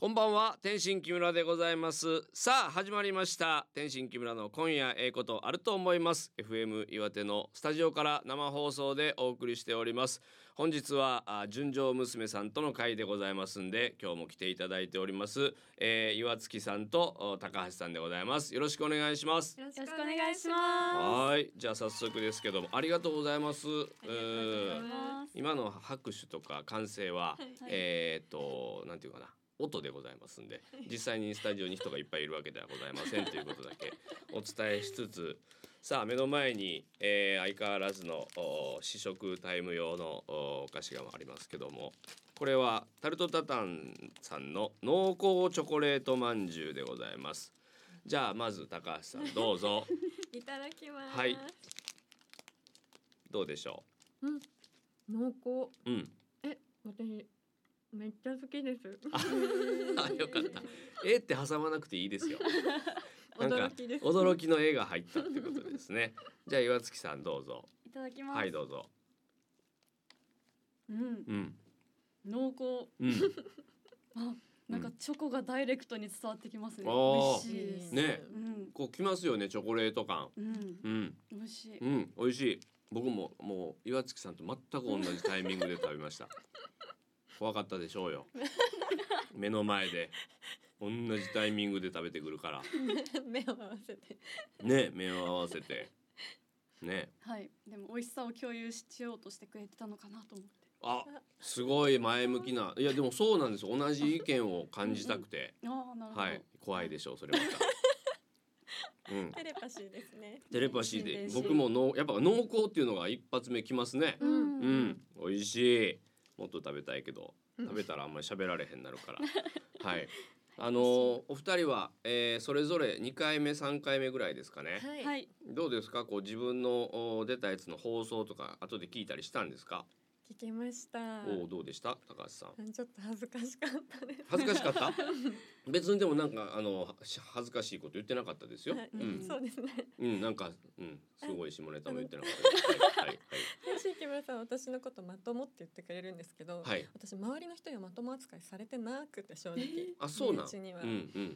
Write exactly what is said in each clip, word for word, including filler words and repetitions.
こんばんは、天心木村でございます。さあ始まりました、天心木村の今夜ええことあると思います。 エフエム 岩手のスタジオから生放送でお送りしております。本日は純情娘さんとの会でございますんで、今日も来ていただいております、えー、岩月さんと高橋さんでございます。よろしくお願いします。 よろしくお願いします。 はい、じゃあ早速ですけども、ありがとうございます。今の拍手とか歓声は、はい、えー、っとなんていうかな、音でございますんで、実際にスタジオに人がいっぱいいるわけではございませんということだけお伝えしつつ、さあ目の前に、えー、相変わらずの試食タイム用のお菓子がありますけども、これはタルトタタンさんの濃厚チョコレートまんじゅうでございます。じゃあまず高橋さんどうぞ。 いただきます。 はい、どうでしょう。うん、濃厚。 うん。 え、私めっちゃ好きです。 あ、よかった。えって挟まなくていいですよ。なんか驚きです。 驚きの絵が入ったってことですね。じゃあ岩月さんどうぞ。 いただきます。 はい、どうぞ。 うん。 うん。 濃厚。 うん。 あ、なんかチョコがダイレクトに伝わってきますね。 うん、 美味しいです。 ね、 うん、 こうきますよね、チョコレート感。 うん。うん。美味しい。 うん、美味しい。僕ももう岩月さんと全く同じタイミングで食べました。怖かったでしょうよ。目の前で同じタイミングで食べてくるから。 目を合わせて。 ね、目を合わせて。ね。 はい。でも美味しさを共有しようとしてくれてたのかなと思って。 あ、すごい前向きな。いやでもそうなんですよ。同じ意見を感じたくて。 うんうん、ああ、なるほど。 はい、怖いでしょうそれまた。うん、 テレパシーですね。 テレパシーで僕ものやっぱ濃厚っていうのが一発目きますね。 うん、 うん、美味しい。もっと食べたいけど食べたらあんまり喋られへんなるから。はい。あのー、お二人は、えー、それぞれにかいめさんかいめぐらいですかね。 はい。 どうですか、こう自分の出たやつの放送とか後で聞いたりしたんですか？ 聞きました。 おお、どうでした高橋さん？ ちょっと恥ずかしかったです。 恥ずかしかった？別にでもなんかあの恥ずかしいこと言ってなかったですよ。 うん、そうですね。 うん、なんかうんすごい下ネタも言ってなかったです。はいはいはい。 天心木村さん、私のことまともって言ってくれるんですけど、はい、私周りの人にはまとも扱いされてなくて正直。 あ、そうなん。 には、 うんうん。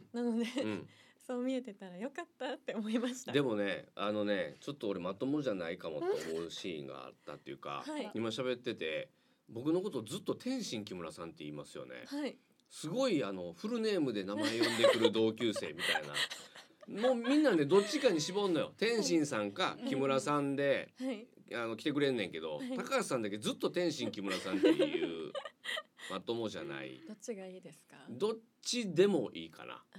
なので、うん、そう見えてたらよかったって思いました。 でもね、あのね、ちょっと俺まともじゃないかもと思うシーンがあったっていうか、はい、今喋ってて。僕のことをずっと天心木村さんって言いますよね。 はい、すごいあのフルネームで名前呼んでくる同級生みたいな。もうみんなねどっちかに絞んのよ。天心さんか木村さんで、はい、あの来てくれんねんけど、はい、高橋さんだけずっと天心木村さんっていうまともじゃない。 どっちがいいですか？ どっちでもいいかな。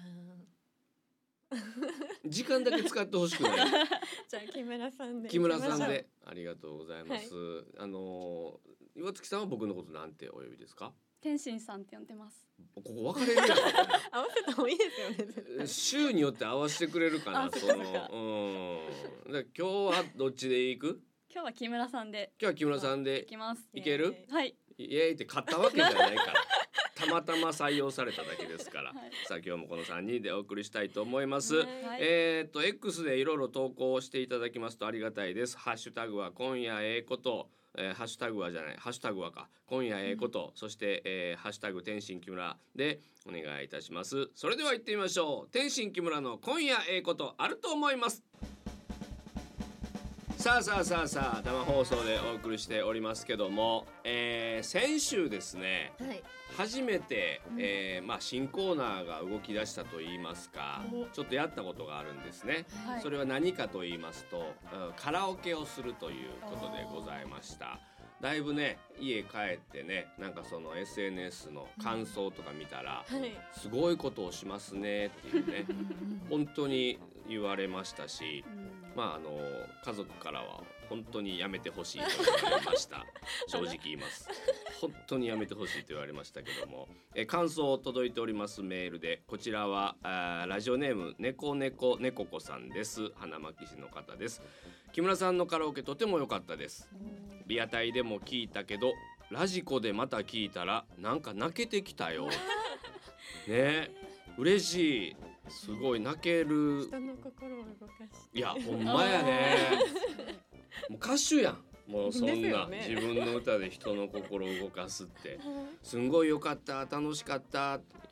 時間だけ使ってほしくない。 じゃあ木村さんで。 木村さんでありがとうございます。はい、あの岩月さんは僕のことなんてお呼びですか？ 天心さんって呼んでます。 ここ分かれるやん。合わせた方がいいですよね。 週によって合わせてくれるかな。そのうん。で今日はどっちで行く？ 今日は木村さんで。 今日は木村さんで行きます。 いける？ はい。 イエーイって買ったわけじゃないから。たまたま採用されただけですから、はい、さあ今日もこのさんにんでお送りしたいと思います。はい、えー、っと X でいろいろ投稿していただきますとありがたいです。ハッシュタグは今夜ええこと、えー、ハッシュタグはじゃないハッシュタグはか今夜ええこと、うん、そして、えー、ハッシュタグ天心木村でお願いいたします。それでは行ってみましょう。天心木村の今夜ええことあると思います。さあさあさあさあ生放送でお送りしておりますけども、えー、先週ですね、はい、初めて、えーまあ、新コーナーが動き出したといいますか、うん、ちょっとやったことがあるんですね、はい、それは何かと言いますと、うん、カラオケをするということでございました。だいぶね家帰ってねなんかその エスエヌエス の感想とか見たら、うんはい、すごいことをしますねっていうね本当に言われましたし、うん、まああの家族からは本当にやめてほしいと言われました正直言います本当にやめてほしいと言われましたけども、え感想届いておりますメールで、こちらはあラジオネームねこねこねここさんです。花巻市の方です。木村さんのカラオケとても良かったです。リアタイでも聞いたけどラジコでまた聞いたらなんか泣けてきたよね、嬉しい。すごい泣ける。 人の心を動かしいやほんまやねもう歌手やん。もうそんな、ね、自分の歌で人の心を動かすってすんごい良かった楽しかった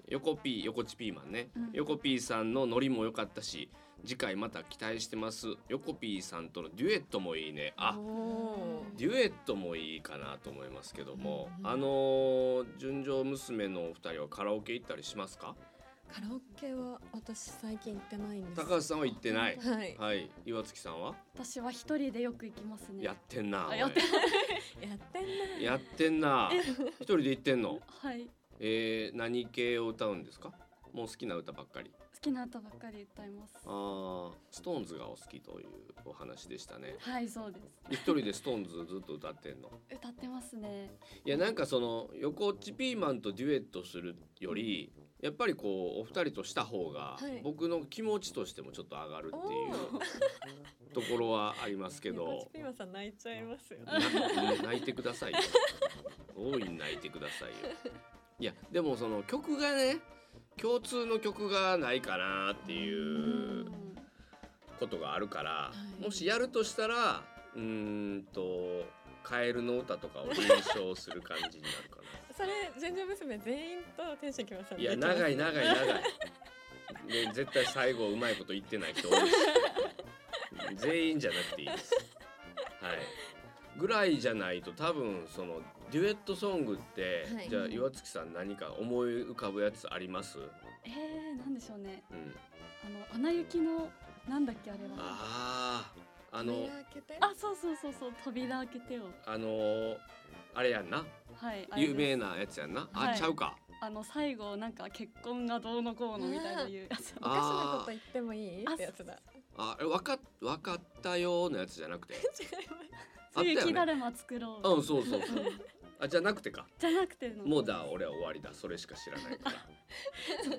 横 P 横地ピーマンね、 うん、 横 P さんのノリも良かったし、次回また期待してます。横 P さんとのデュエットもいいね。あ、デュエットもいいかなと思いますけども、うん、あのー、純情娘のお二人はカラオケ行ったりしますか？ カラオケは私最近行ってないんです。 高橋さんは行ってない。 はい、 はい、岩月さんは？ 私は一人でよく行きますね。 やってんな。 やってんな。 やってんな。 やってんな。一人で行ってんの？ はい。 えー、何系を歌うんですか？もう好きな歌ばっかり？ 好きな歌ばっかり歌います。 ああ、ストーンズがお好きというお話でしたね。 はい、そうです。 一人でストーンズずっと歌ってんの？ 歌ってますね。 いや、なんかその横っちピーマンとデュエットするより、やっぱりこうお二人とした方が僕の気持ちとしてもちょっと上がるっていうところはありますけど。 横っちピーマンさん泣いちゃいますよ。 泣いてくださいよ。大いに泣いてくださいよ。いや、でもその曲がね、共通の曲がないかなっていうことがあるから、はい、もしやるとしたらうーんとカエルの歌とかを練習する感じになるかな。 それ純情娘全員と天使きまさん。 いや、長い長い長いで、絶対最後うまいこと言ってない人多いし全員じゃなくていいです。はいぐらいじゃないと、多分そのデュエットソングって、はい、じゃあ岩月さん何か思い浮かぶやつあります？ えー、なんでしょうね、 うん、 あのアナ雪のなんだっけあれは。 ああ、あのあ、そうそうそうそう、扉開けてよ。 あのあれやんな、 はい、 有名なやつやんな、 はい、 あ、ちゃうか。 あの最後なんか結婚がどうのこうのみたいないうやつ。 おかしなこと言ってもいいってやつだ。 あ、わかわかったよのやつじゃなくて。違います。 雪だるま作ろう。うん、そうそうそう。あ、じゃなくてか。 じゃなくての。 もうだ、俺は終わりだ。それしか知らないから。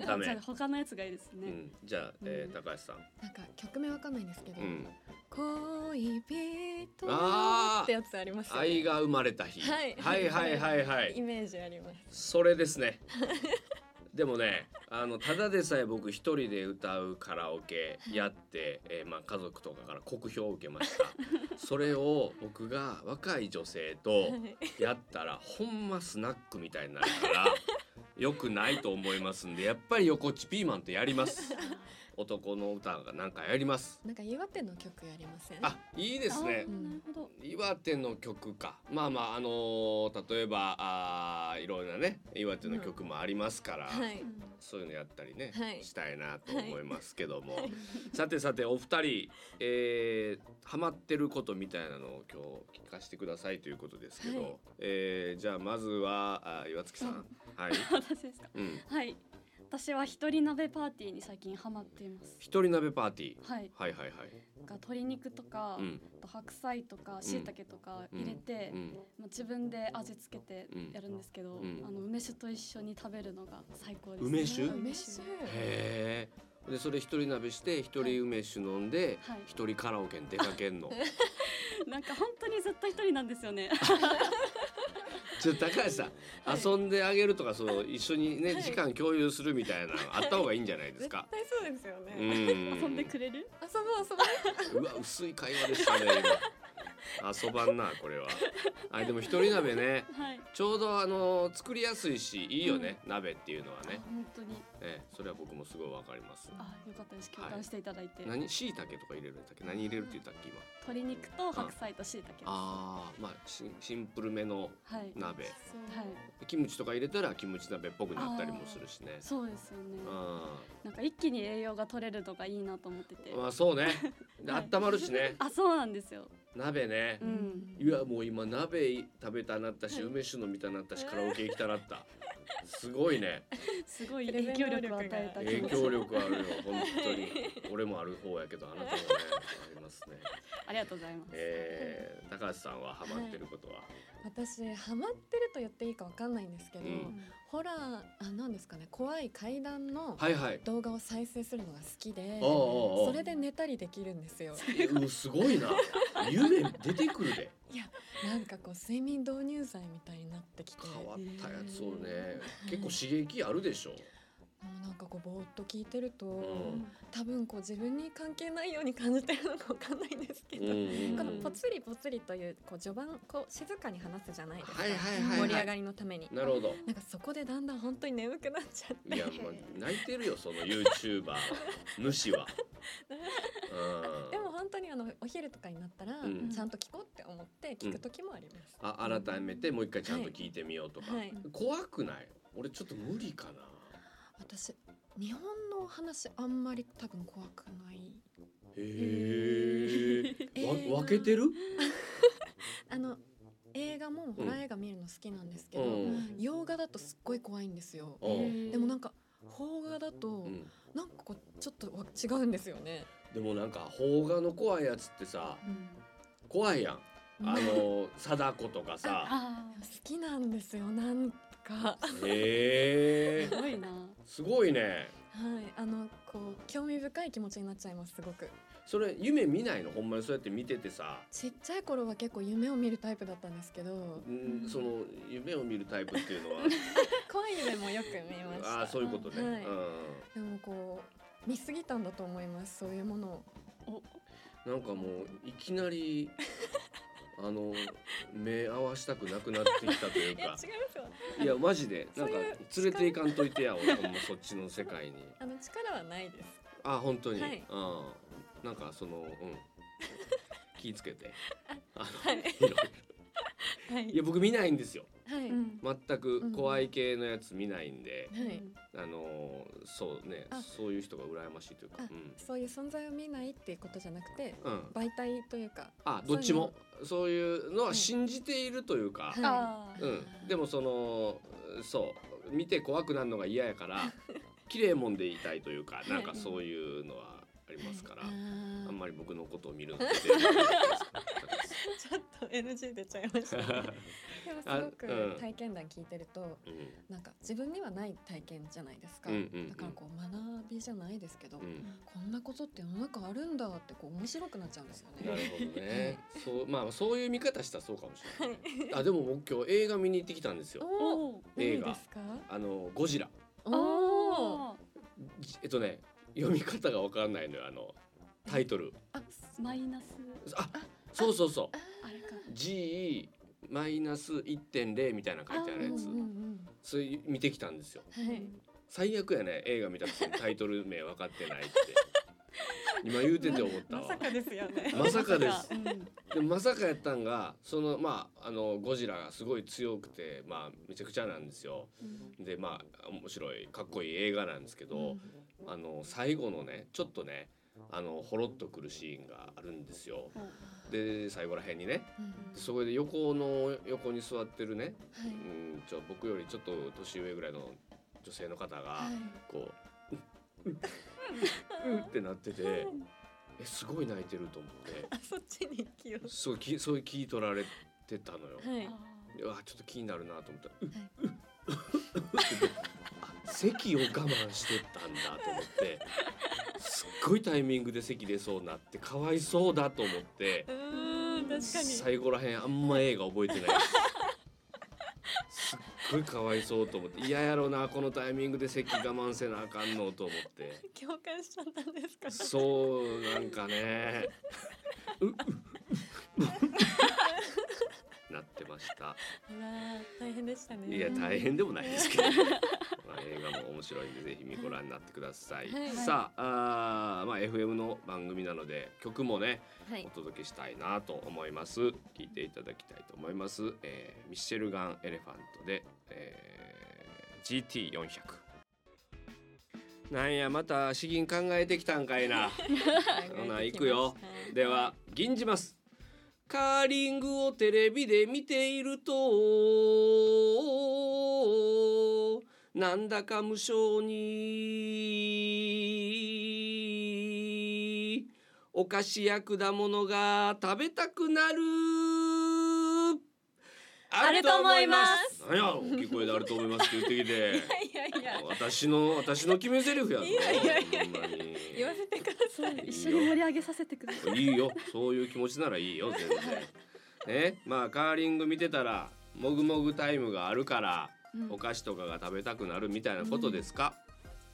ダメ。 じゃあ他のやつがいいですね。 うん、じゃあ、えー、高橋さん。 なんか曲名わかんないんですけど、 うん、 恋人ってやつありますよね。 愛が生まれた日。はい、はいはいはいはい。 イメージあります。 それですね。でもね、あのただでさえ僕一人で歌うカラオケやって、えー、まあ家族とかから酷評を受けました。それを僕が若い女性とやったらほんまスナックみたいになるから良くないと思いますんで、やっぱり横っちピーマンとやります。男の歌がなんかやります。 なんか岩手の曲やりません？ あ、いいですね。岩手の曲か。まあまあ、あのー、例えばあいろんなね岩手の曲もありますから、うん、はい、そういうのやったりね、はい、したいなと思いますけども、はい、さてさてお二人、えー、ハマってることみたいなのを今日聞かせてくださいということですけど、はい、えー、じゃあまずはあ岩月さん、はい、 私ですか、うん、はい。私は一人鍋パーティーに最近ハマっています。 一人鍋パーティー、 はい、 はいはいはい。 が鶏肉とか、うん、白菜とか椎茸とか入れて、うん、まあ、自分で味付けてやるんですけど、うん、あの梅酒と一緒に食べるのが最高です、ね。 梅酒？ 梅酒。 へー。でそれ一人鍋して一人梅酒飲んで、はい、一人カラオケに出かけんの。 なんか本当にずっと一人なんですよね。 ちょっと高橋さん、はい、遊んであげるとかその一緒にね、はい、時間共有するみたいなのあった方がいいんじゃないですか。 絶対そうですよね。 遊んでくれる？ 遊ぼう遊ぼう。 うわ、薄い会話でしたね。遊ばんなこれは。あ、でも一人鍋ね、はい、ちょうどあの作りやすいしいいよね、うん、鍋っていうのはね。 本当に。 ね、それは僕もすごいわかります。 あ、よかったです。共感していただいて。 はい、何椎茸とか入れるんだっけ？何入れるって言ったっけ今？ 鶏肉と白菜と椎茸です。 ああ、まあシシンプルめの鍋。はい、 はい、 キムチとか入れたらキムチ鍋っぽくなったりもするしね。 そうですよね。なんか一気に栄養が取れるのがいいなと思ってて。 まあそうね。で、はい、温まるしね。 あ、そうなんですよ。 鍋ね、うん、いやもう今鍋食べたなったし、はい、梅酒飲みたなったし、カラオケ行きたなった。すごいね。 すごい影響力を与えた。 影響力あるよ本当に。俺もある方やけど、あなたもねありますね。 ありがとうございます。 えー、高橋さんはハマってることは？はい、 私ハマってると言っていいかわかんないんですけど、うん、ホラー、あ、なんですかね、怖い怪談の動画を再生するのが好きで、はいはい、それで寝たりできるんですよ。 え、すごいな。夢出てくるで。 いや、なんかこう睡眠導入剤みたいになってきて、 変わったやつをね、結構刺激あるでしょ。 なんかこうぼーっと聞いてると、うん、多分こう自分に関係ないように感じてるのかわかんないんですけど、うん、このぽつりぽつりというこう序盤こう静かに話すじゃないですか、はいはいはいはい、盛り上がりのために。 なるほど。 なんかそこでだんだん本当に眠くなっちゃって、 いやもう泣いてるよその YouTuber 主は。 でも本当にあのお昼とかになったら、うん、ちゃんと聞こうって思って聞く時もあります、 うん、あ改めてもう一回ちゃんと聞いてみようとか、はい、怖くない？俺ちょっと無理かな。 私日本の話あんまり多分怖くない。 へえ。わ分けてる？ あの映画もホラー映画見るの好きなんですけど、うん、洋画だとすっごい怖いんですよ。でもなんか邦画だと、うん、なんかこうちょっと違うんですよね。 でもなんか邦画の怖いやつってさ、うん、怖いやん。あの貞子とかさ好きなんですよなんか。 へえ。 すごいな。 すごいね。 はい、あのこう興味深い気持ちになっちゃいますすごく。 それ夢見ないの？ほんまにそうやって見ててさ。 ちっちゃい頃は結構夢を見るタイプだったんですけど。 うん、その夢を見るタイプっていうのは怖い夢もよく見ました。 ああそういうことね。はい、 うん、でもこう見過ぎたんだと思いますそういうものを。 おなんかもういきなりあの目合わしたくなくなってきたというか。いや違いますよ。いやマジでなんか連れていかんといてや俺もそっちの世界に。 あの力はないです。 あ本当に。 はい、 あなんかそのうん気ぃつけて。あの、 はい、 はい、いや僕見ないんですよ。 はい、 全く怖い系のやつ見ないんで、 うん、 あのそうねそういう人が羨ましいというか、うん、 そういう存在を見ないっていうことじゃなくて、 うん、 媒体というかあどっちもそういうのは信じているというか、 はいうん、でもそのそう見て怖くなるのが嫌やから綺麗もんでいたいというかなんかそういうのはありますから、はい、あんまり僕のことを見るのってちょっと エヌジー 出ちゃいました、ね、でもすごく体験談聞いてると、うん、なんか自分にはない体験じゃないですか、うんうんうん、だからこう学びじゃないですけど、うん、こんなことって世の中あるんだってこう面白くなっちゃうんですよね。 なるほどねそう、まあ、そういう見方したらそうかもしれない、はい、あでも僕今日映画見に行ってきたんですよ。映画ですか？ あのゴジラ。 おえっとね読み方が分かんないのよあのタイトル。 あマイナスあそうそうそう ジーマイナスいってんゼロ みたいな書いてあるやつ、うんうんうん、それ見てきたんですよ、 はい、 最悪やね映画見た時にタイトル名分かってないって今言うてて思ったわ。 まさかですよね。 まさかです、うん、でもまさかやったんがそのまああのゴジラがすごい強くてまあめちゃくちゃなんですよ、うん、でまあ面白いかっこいい映画なんですけど、うん、あの最後のねちょっとねあのほろっとくるシーンがあるんですよ、うん、で最後らへんにね、うん、そこで横の横に座ってるね、はい、うんちょ僕よりちょっと年上ぐらいの女性の方が、はい、こううってなっててえすごい泣いてると思ってあそっちに気をそうきそういう気取られてたのよ、 はい、 うわちょっと気になるなと思ったら、はい、あ席を我慢してたんだと思ってすっごいタイミングで席出そうになってかわいそうだと思ってうーん確かに最後らへんあんま映画覚えてないすっごいかわいそうと思って嫌やろなこのタイミングで席我慢せなあかんのと思って共感しちゃったんですか？ そうなんかねううなってました。 大変でしたね。 いや大変でもないですけど、まあ、映画も面白いんでぜひご覧になってください、はい、さあ、あまあ エフエム の番組なので曲もね、はい、お届けしたいなと思います。聞いていただきたいと思います、えー、ミッシェルガン・エレファントで、えー、ジーティーよんひゃく なんやまた詩吟考えてきたんかいなほな行くよ。では吟じます。カーリングをテレビで見ているとなんだか無性にお菓子や果物が食べたくなる。 あると思います。 何や大きい声であると思いますって言ってきていやいやいや私の私の決め台詞やぞ。 いやいやいや言わせてください。 一緒に盛り上げさせてください。 いいよそういう気持ちならいいよ全然ね。まあカーリング見てたらもぐもぐタイムがあるから、うん、お菓子とかが食べたくなるみたいなことですか？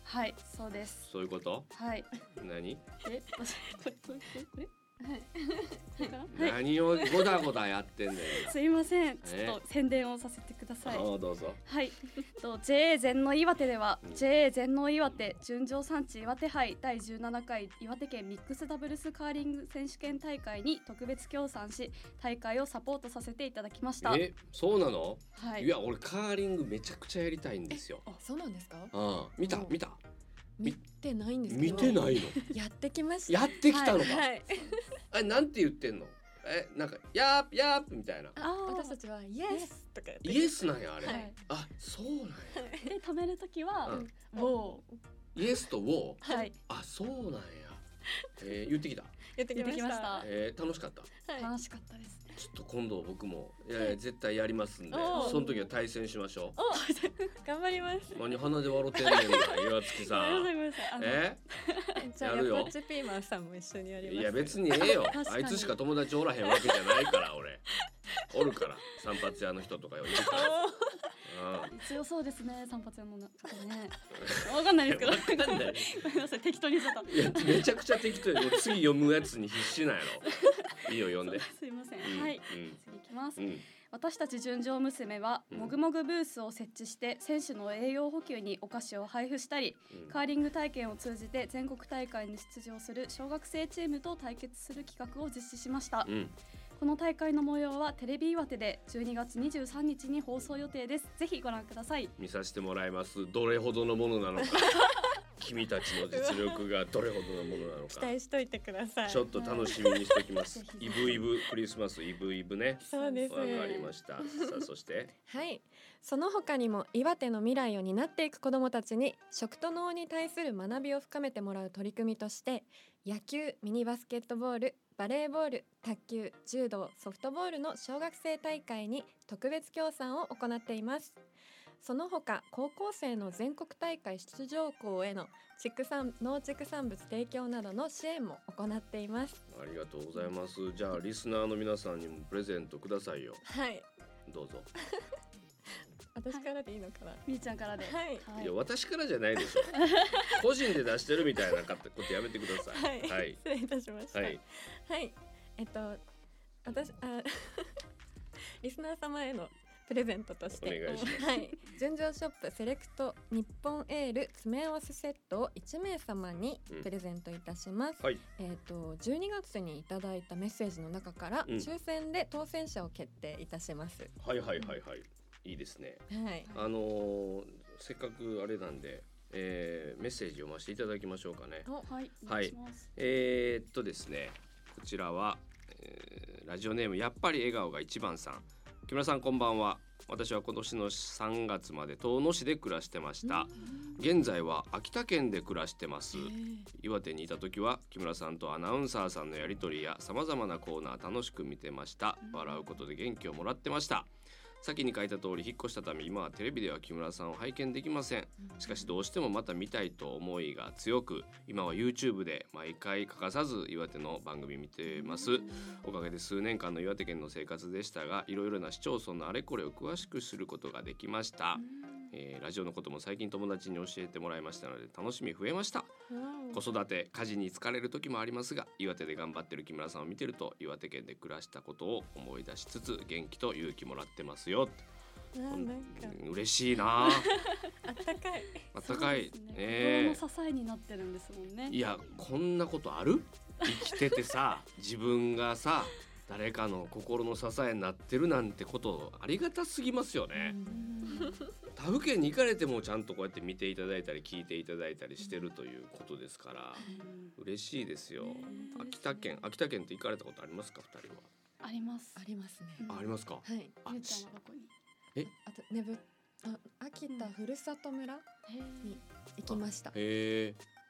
はい、そうです。 そういうこと？ はい。 何？ え、私これこれこれ？はい。 何をゴダゴダやってんねん。 すいません、ちょっと宣伝をさせてください。 ああ、どうぞ。 はい。と ジェーエー 全農岩手では、うん、ジェーエー 全農岩手純情産地岩手杯だいじゅうななかい岩手県ミックスダブルスカーリング選手権大会に特別協賛し、大会をサポートさせていただきました。 え、そうなの？ はい。 いや、俺カーリングめちゃくちゃやりたいんですよ。 あ、そうなんですか？ ああ、見た見た。 見てないんですけど。見てないの？ やってきました。 やってきたのか。 はい。 あれなんて言ってんの？え、なんかヤープヤープみたいな。 私たちはイエスとかやって。 イエスなんやあれ。はい、あ、そうなんや。 で止めるときは、うん、ウォー。イエスとウォー。 はい。 あ、そうなんや。えー、言ってきた。 言ってきました。 えー、楽しかった。 はい、楽しかったですね。 ちょっと今度僕もいやいや絶対やりますんで、その時は対戦しましょう。 頑張ります。 何鼻で笑ってんねんな、岩月さん。え？ じゃあやっぱチピーマンさんも一緒にやります。 いや別にええよ。あいつしか友達おらへんわけじゃないから俺。おるから散髪屋の人とかより。 強そうですね、散髪屋の方ね。わかんないですけど。わかんない。ごめんなさい、適当にしちゃった。 いやめちゃくちゃ適当に次読むやつに必死なんやろ。いいよ読んで。 すいません。はい。次いきます。私たち純情娘はもぐもぐブースを設置して選手の栄養補給にお菓子を配布したり、カーリング体験を通じて全国大会に出場する小学生チームと対決する企画を実施しました。この大会の模様はテレビ岩手でじゅうにがつにじゅうさんにちに放送予定です。ぜひご覧ください。 見させてもらいます。どれほどのものなのか君たちの実力がどれほどのものなのか期待しといてください。 ちょっと楽しみにしておきます。イブイブクリスマスイブイブね。 そうです。 わかりました。さあそしてはいその他にも岩手の未来を担っていく子どもたちに食と農に対する学びを深めてもらう取り組みとして野球、ミニバスケットボール、バレーボール、卓球、柔道、ソフトボールの小学生大会に特別協賛を行っています。その他高校生の全国大会出場校への畜産農畜産物提供などの支援も行っています。 ありがとうございます。じゃあリスナーの皆さんにもプレゼントくださいよ。 はいどうぞ。 私からでいいのかな、 みーちゃんからで。 はい、 はい、いや私からじゃないでしょ個人で出してるみたいなことやめてください。 はい、はい、失礼いたしました。はい、はい、えっと私あリスナー様へのプレゼントとしてお願いします。 はい、純情ショップセレクト日本エール詰め合わせセットをいちめいさまにプレゼントいたします。うんはい、えっとじゅうにがつにいただいたメッセージの中から抽選で当選者を決定いたします。うん、 はいはいはいはい。いいですね。 はい。 あのー、せっかくあれなんで、えー、メッセージ読ませていただきましょうかね。 はい。 はい。えー、っとですね、こちらは、えー、ラジオネームやっぱり笑顔が一番さん。木村さんこんばんは。私は今年のさんがつまで遠野市で暮らしてました。現在は秋田県で暮らしてます。岩手にいた時は木村さんとアナウンサーさんのやり取りやさまざまなコーナー楽しく見てました。笑うことで元気をもらってました。先に書いた通り引っ越したため今はテレビでは木村さんを拝見できません。しかしどうしてもまた見たいと思いが強く今は YouTube で毎回欠かさず岩手の番組見てます。おかげで数年間の岩手県の生活でしたがいろいろな市町村のあれこれを詳しく知ることができました。えー、ラジオのことも最近友達に教えてもらいましたので楽しみ増えました。子育て家事に疲れる時もありますが岩手で頑張ってる木村さんを見てると岩手県で暮らしたことを思い出しつつ元気と勇気もらってますよ。 なんか嬉しいな。 あったかいあったかい、 ねえー、心の支えになってるんですもんね。 いやこんなことある？生きててさ自分がさ誰かの心の支えになってるなんてことありがたすぎますよね。他府県に行かれてもちゃんとこうやって見ていただいたり聞いていただいたりしてるということですから嬉しいですよ。秋田県秋田県って行かれたことありますかふたりは？ あります。 ありますね。 ありますか？ はい。 あゆうちゃんはどこに？ えあとねぶあ秋田ふるさと村に行きました。 へえ。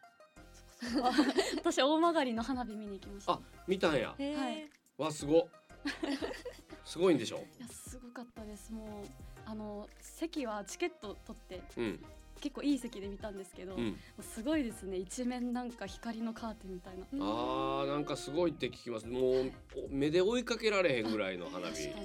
私大曲の花火見に行きました。 あ見たんや。 はい。 わすごすごいんでしょ。 いやすごかったです。もうあの席はチケット取って、 うん、 結構いい席で見たんですけど、うん、すごいですね。一面なんか光のカーテンみたいな。 あーなんかすごいって聞きます。もう目で追いかけられへんぐらいの花火。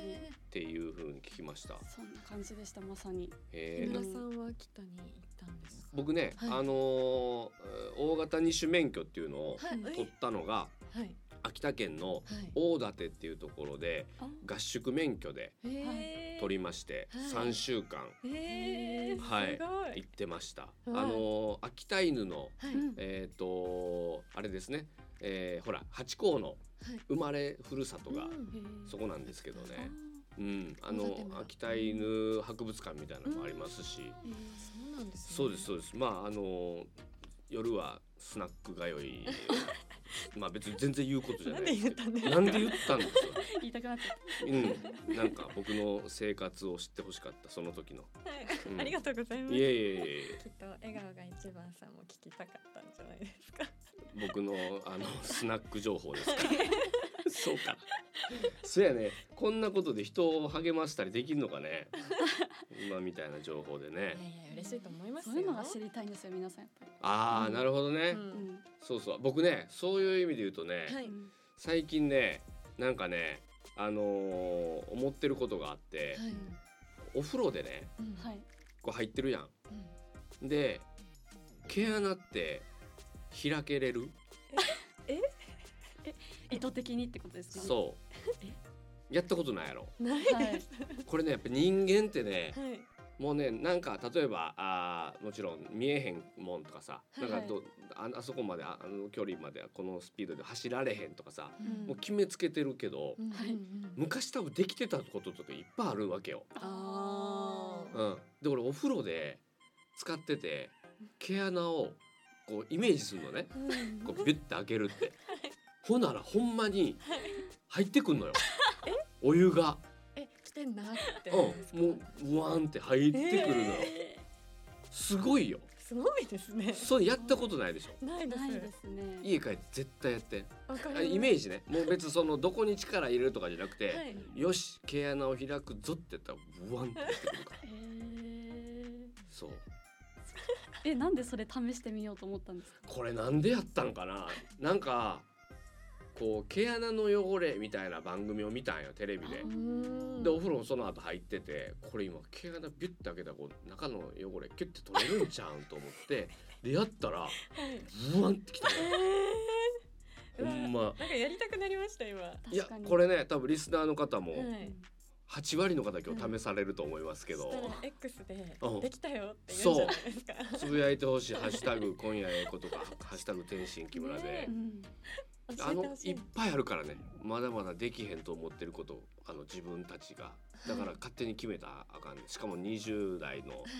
っていう風に聞きました。 そんな感じでした。まさに。 木村さんは秋田に行ったんですか？ 僕ね、はい、あのー、大型二種免許っていうのを取ったのが、はい、秋田県の大館っていうところで合宿免許で取りまして、はい、さんしゅうかん、はい、行ってました。はい、あのー、秋田犬の、はい、えっ、ー、とー、あれですね、えー、ほら八甲の生まれふるさとがそこなんですけどね。うん、あの秋田犬博物館みたいなのもありますし、 そうなんですね。 そうですそうです。まああの夜はスナック通いまあ別に全然言うことじゃないですけど、なんで言ったんですか言いたくなっちゃった。 うん、なんか僕の生活を知ってほしかったその時の、 はいうん、ありがとうございます。 いえいえいえ、 きっと笑顔が一番さんも聞きたかったんじゃないですか。 僕のあのスナック情報ですかそうか、そうやね。こんなことで人を励ましたりできるのかね今みたいな情報でね。いやいや嬉しいと思いますよ。 そういうのが知りたいんですよ皆さんやっぱり。 ああ、うん、なるほどね、うん、そうそう、僕ねそういう意味で言うとね、はい、最近ねなんかねあのー、思ってることがあって、はい、お風呂でね、うん、こう入ってるやん、うん、で毛穴って開けれる？ ええ意図的にってことですかね。 そうやったことないやろ。 ないです、 これねやっぱ人間ってね、はい、もうねなんか例えばあもちろん見えへんもんとかさ、はい、なんかどあ, あそこまで あ, あの距離までこのスピードで走られへんとかさ、うん、もう決めつけてるけど、うん、昔多分できてたこととかいっぱいあるわけよ。あ、うん、で俺お風呂で使ってて毛穴をこうイメージするのね、うん、こうビュッて開けるって、はい、ほならほんまに入ってくんのよお湯が。 え来てんなって、 うん、もううわんって入ってくるのよ、えー、すごいよ。 すごいですね。 そうやったことないでしょ。 ないですね。 家帰って絶対やって。イメージね。もう別にそのどこに力入れるとかじゃなくて、はい、よし毛穴を開くぞって言ったらブワンって入ってくるから。えー、そう。 えなんでそれ試してみようと思ったんですか？ これなんでやったんかな。なんかこう毛穴の汚れみたいな番組を見たんよテレビで。でお風呂その後入ってて、これ今毛穴ビュッて開けたらこう中の汚れキュッて取れるんちゃうんと思ってでやったらブワンってきたの、えー、ほんまなんかやりたくなりました今。 いやこれね多分リスナーの方も、はい、はち割の方今日試されると思いますけど、 そしたら X でできたよって言うんじゃないですか。 そうつぶやいてほしいハッシュタグ今夜ええことかハッシュタグ天心木村で、ね、うん、あのいっぱいあるからね、まだまだできへんと思ってることあの自分たちがだから勝手に決めたらあかん、ね、しかもにじゅう代の、はい、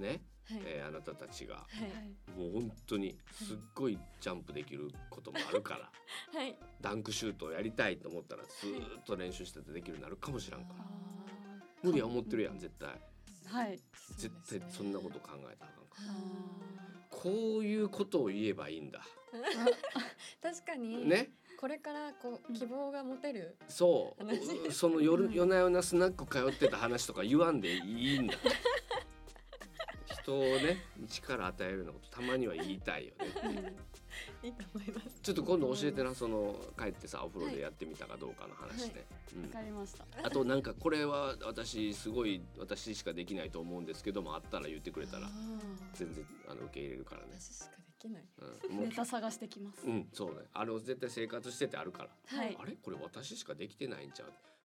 ね、はいえー、あなたたちが、はい、もう本当にすっごいジャンプできることもあるから、はい、ダンクシュートをやりたいと思ったらずっと練習しててできるようになるかもしらんから、無理は思ってるやん絶対、 はい、 絶対そんなこと考えたらあかんから、こういうことを言えばいいんだ確かにね、 これからこう希望が持てる、 うん、そうその夜夜な夜なスナック通ってた話とか言わんでいいんだ人をね力与えるようなことたまには言いたいよねいいと思います。 ちょっと今度教えてな、その帰ってさお風呂でやってみたかどうかの話で、 はい、うん、わかりました。 あとなんかこれは私すごい私しかできないと思うんですけどもあったら言ってくれたら全然あの受け入れるからね。 私しかできない、 うん、ネタ探してきます。 うん、そうね、あの絶対生活しててあるから、 はい、 あれこれ私しかできてないんちゃう